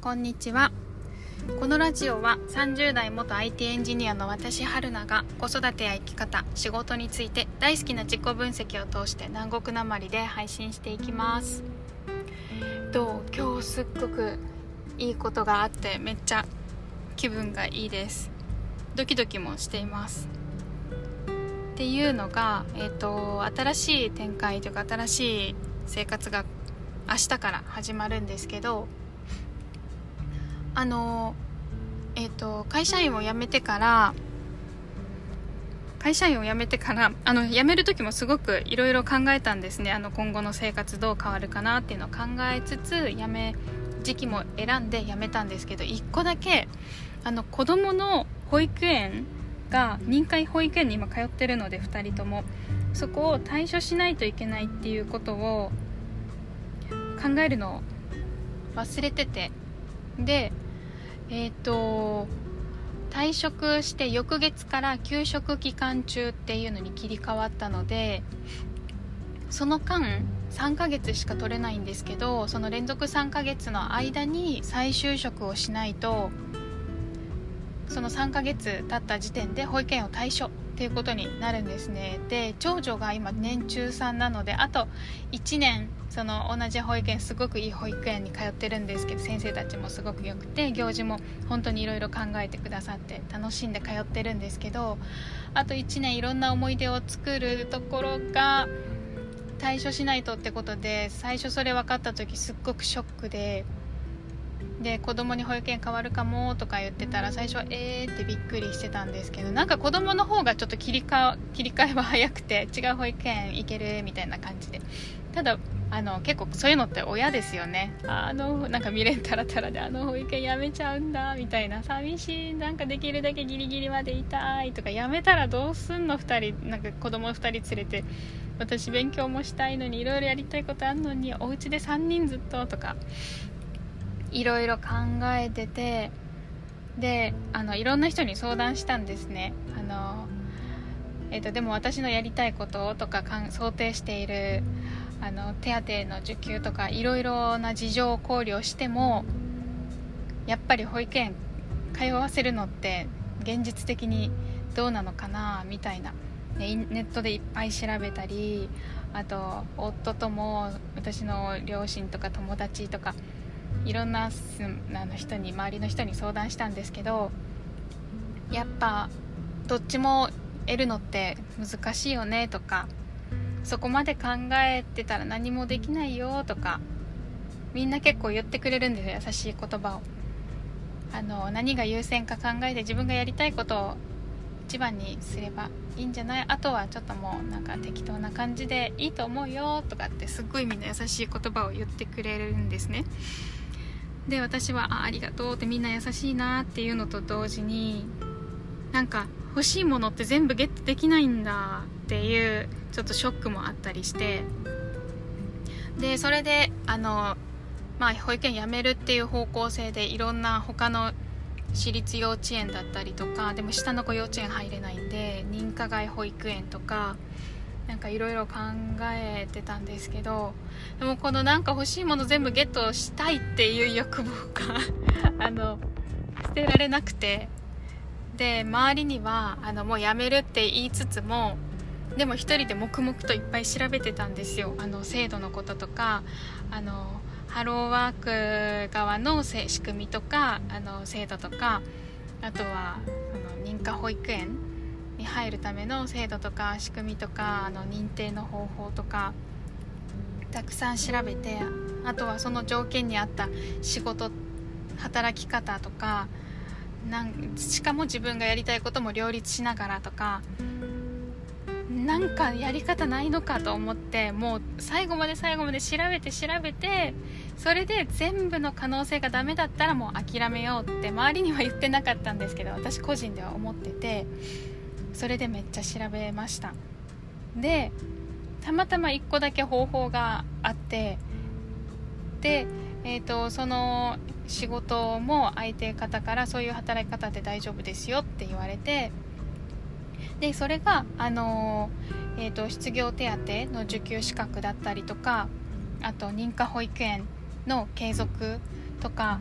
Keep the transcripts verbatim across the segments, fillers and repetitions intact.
こんにちは。このラジオはさんじゅう代元 アイティー エンジニアの私春菜が子育てや生き方、仕事について大好きな自己分析を通して南国なまりで配信していきます。と今日すっごくいいことがあってめっちゃ気分がいいです。ドキドキもしています。っていうのが、えーと、新しい展開というか新しい生活が明日から始まるんですけど、あのえーと会社員を辞めてから会社員を辞めてからあの辞める時もすごくいろいろ考えたんですね。あの今後の生活どう変わるかなっていうのを考えつつ辞め時期も選んで辞めたんですけど、いっこだけあの子供の保育園が認可保育園に今通ってるのでふたりともそこを退所しないといけないっていうことを考えるのを忘れてて、でえっと退職して翌月から休職期間中っていうのに切り替わったので、その間さんかげつしか取れないんですけど、その連続さんかげつの間に再就職をしないとそのさんかげつ経った時点で保育園を退所っていうことになるんですね。で長女が今年中さんなのであといちねんその同じ保育園、すごくいい保育園に通ってるんですけど、先生たちもすごくよくて行事も本当にいろいろ考えてくださって楽しんで通ってるんですけど、あといちねんいろんな思い出を作るところが退所しないとってことで、最初それ分かった時すっごくショックでで子供に保育園変わるかもとか言ってたら最初はえーってびっくりしてたんですけど、なんか子供の方がちょっと切りか切り替えは早くて違う保育園行けるみたいな感じで、ただあの結構そういうのって親ですよね。あのなんか未練たらたらであの保育園やめちゃうんだみたいな、寂しい、なんかできるだけギリギリまでいたいとか、やめたらどうすんのふたり、なんか子供ふたり連れて私勉強もしたいのにいろいろやりたいことあんのにお家でさんにんずっととかいろいろ考えてて、であのいろんな人に相談したんですね。あの、えーと、でも私のやりたいこととかかん想定しているあの手当の受給とかいろいろな事情を考慮してもやっぱり保育園通わせるのって現実的にどうなのかなみたいな、ネットでいっぱい調べたり、あと夫とも私の両親とか友達とかいろんなあの人に周りの人に相談したんですけど、やっぱどっちも得るのって難しいよねとか、そこまで考えてたら何もできないよとかみんな結構言ってくれるんですよ、優しい言葉を。あの何が優先か考えて自分がやりたいことを一番にすればいいんじゃない、あとはちょっともうなんか適当な感じでいいと思うよとかってすっごいみんな優しい言葉を言ってくれるんですね。で私は あ, ありがとうってみんな優しいなっていうのと同時に、なんか欲しいものって全部ゲットできないんだっていうちょっとショックもあったりして、でそれであの、まあ、保育園辞めるっていう方向性でいろんな他の私立幼稚園だったりとか、でも下の子幼稚園入れないんで認可外保育園とかなんかいろいろ考えてたんですけど、でもこのなんか欲しいもの全部ゲットしたいっていう欲望があの捨てられなくて、で周りにはあのもうやめるって言いつつもでも一人で黙々といっぱい調べてたんですよ。あの制度のこととか、あのハローワーク側の仕組みとか、あの制度とか、あとはあの認可保育園に入るための制度とか仕組みとか、あの認定の方法とかたくさん調べて、あとはその条件に合った仕事働き方とか、なんしかも自分がやりたいことも両立しながらとか、なんかやり方ないのかと思って、もう最後まで最後まで調べて調べて、それで全部の可能性がダメだったらもう諦めようって周りには言ってなかったんですけど、私個人では思ってて、それでめっちゃ調べました。でたまたまいっこだけ方法があって、で、えーと、その仕事も相手方からそういう働き方で大丈夫ですよって言われて、でそれが、あのーえーと、失業手当の受給資格だったりとか、あと認可保育園の継続とか、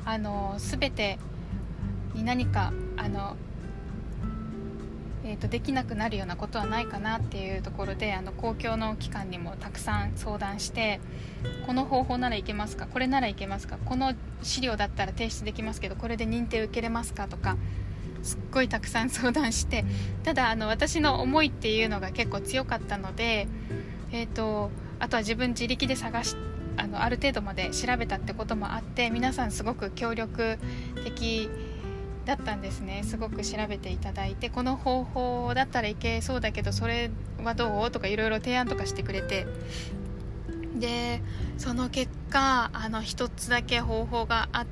あの全てに何かあの、えー、とできなくなるようなことはないかなっていうところで、あの公共の機関にもたくさん相談して、この方法ならいけますか、これならいけますか、この資料だったら提出できますけどこれで認定受けれますかとか、すっごいたくさん相談して、ただあの私の思いっていうのが結構強かったので、えー、とあとは自分自力で探しあのある程度まで調べたってこともあって、皆さんすごく協力的だったんですね。すごく調べていただいて、この方法だったらいけそうだけどそれはどうとかいろいろ提案とかしてくれて、でその結果あの一つだけ方法があって、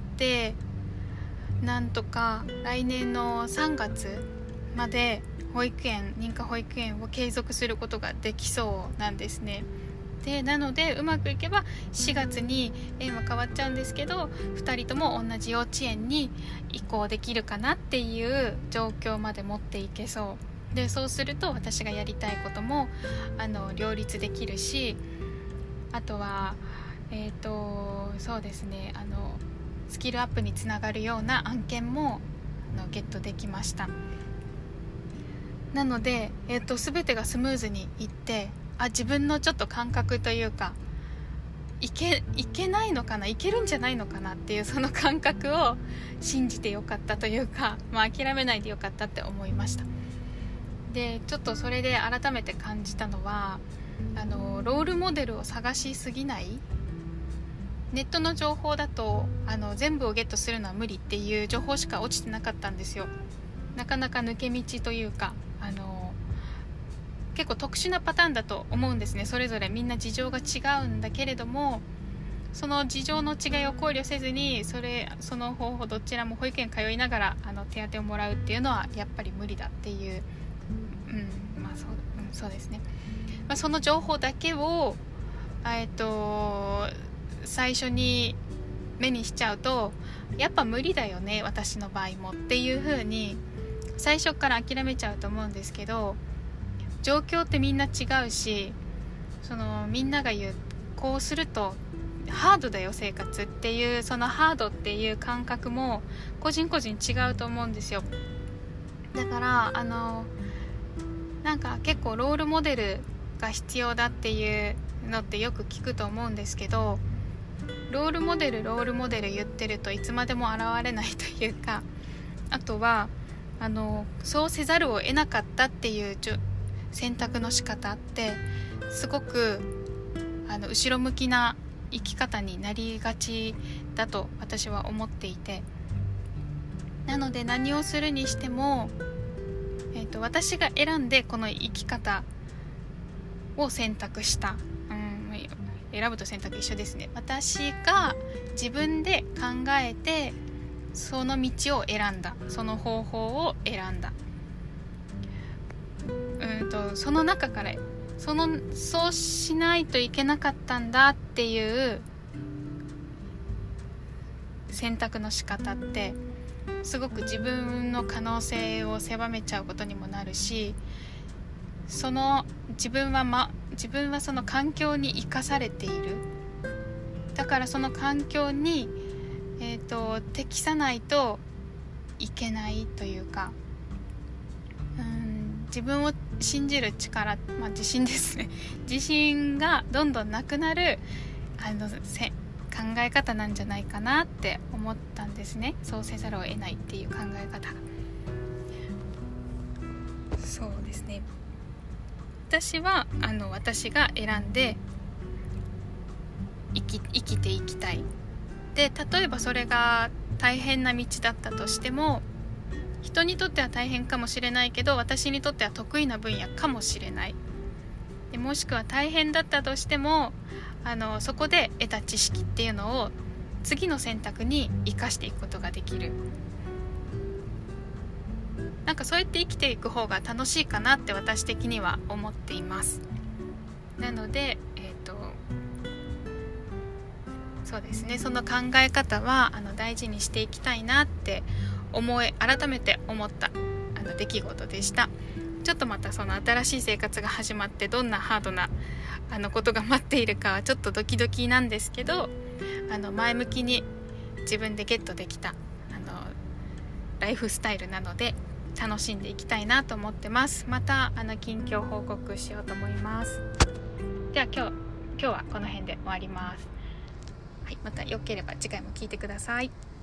なんとか来年のさんがつまで保育園認可保育園を継続することができそうなんですね。でなのでうまくいけばしがつに園は変わっちゃうんですけど、ふたりとも同じ幼稚園に移行できるかなっていう状況まで持っていけそうで、そうすると私がやりたいこともあの両立できるし、あとはえっとそうですねあのスキルアップにつながるような案件もあのゲットできました。なので、えーと、全てがスムーズにいって、あ自分のちょっと感覚というか、いけ、いけないのかな、いけるんじゃないのかなっていうその感覚を信じてよかったというか、まあ、諦めないでよかったって思いました。でちょっとそれで改めて感じたのは、あのロールモデルを探しすぎない。ネットの情報だとあの全部をゲットするのは無理っていう情報しか落ちてなかったんですよ。なかなか抜け道というか、あの結構特殊なパターンだと思うんですね。それぞれみんな事情が違うんだけれども、その事情の違いを考慮せずにそれその方法どちらも保育園通いながらあの手当をもらうっていうのはやっぱり無理だっていう、うんまあそう、うん、そうですね、まあ、その情報だけをえっと最初に目にしちゃうと、やっぱ無理だよね私の場合もっていう風に最初から諦めちゃうと思うんですけど、状況ってみんな違うし、そのみんなが言うこうするとハードだよ生活っていう、そのハードっていう感覚も個人個人違うと思うんですよ。だからあのなんか結構ロールモデルが必要だっていうのってよく聞くと思うんですけど、ロールモデルロールモデル言ってるといつまでも現れないというか、あとはあのそうせざるを得なかったっていう選択の仕方ってすごくあの後ろ向きな生き方になりがちだと私は思っていて、なので何をするにしても、えーと、私が選んでこの生き方を選択した、うん、選ぶと選択一緒ですね。私が自分で考えてその道を選んだ、その方法を選んだ、うんとその中からそのそうしないといけなかったんだっていう選択の仕方ってすごく自分の可能性を狭めちゃうことにもなるし、その自分は、ま、自分はその環境に生かされている。だからその環境に、えーと、適さないといけないというか、うーん自分を信じる力、まあ、自信ですね自信がどんどんなくなるあのせ考え方なんじゃないかなって思ったんですね。そうせざるを得ないっていう考え方が、そうですね、私はあの私が選んで生き、生きていきたい。で例えばそれが大変な道だったとしても、人にとっては大変かもしれないけど私にとっては得意な分野かもしれない。でもしくは大変だったとしてもあのそこで得た知識っていうのを次の選択に生かしていくことができる。なんかそうやって生きていく方が楽しいかなって私的には思っています。なので、えーと、そうですね、その考え方はあの大事にしていきたいなって思い改めて思ったあの出来事でした。ちょっとまたその新しい生活が始まってどんなハードなあのことが待っているかはちょっとドキドキなんですけど、あの前向きに自分でゲットできたあのライフスタイルなので楽しんでいきたいなと思ってます。またあの近況報告しようと思います。では今日今日はこの辺で終わります。はい、またよければ次回も聞いてください。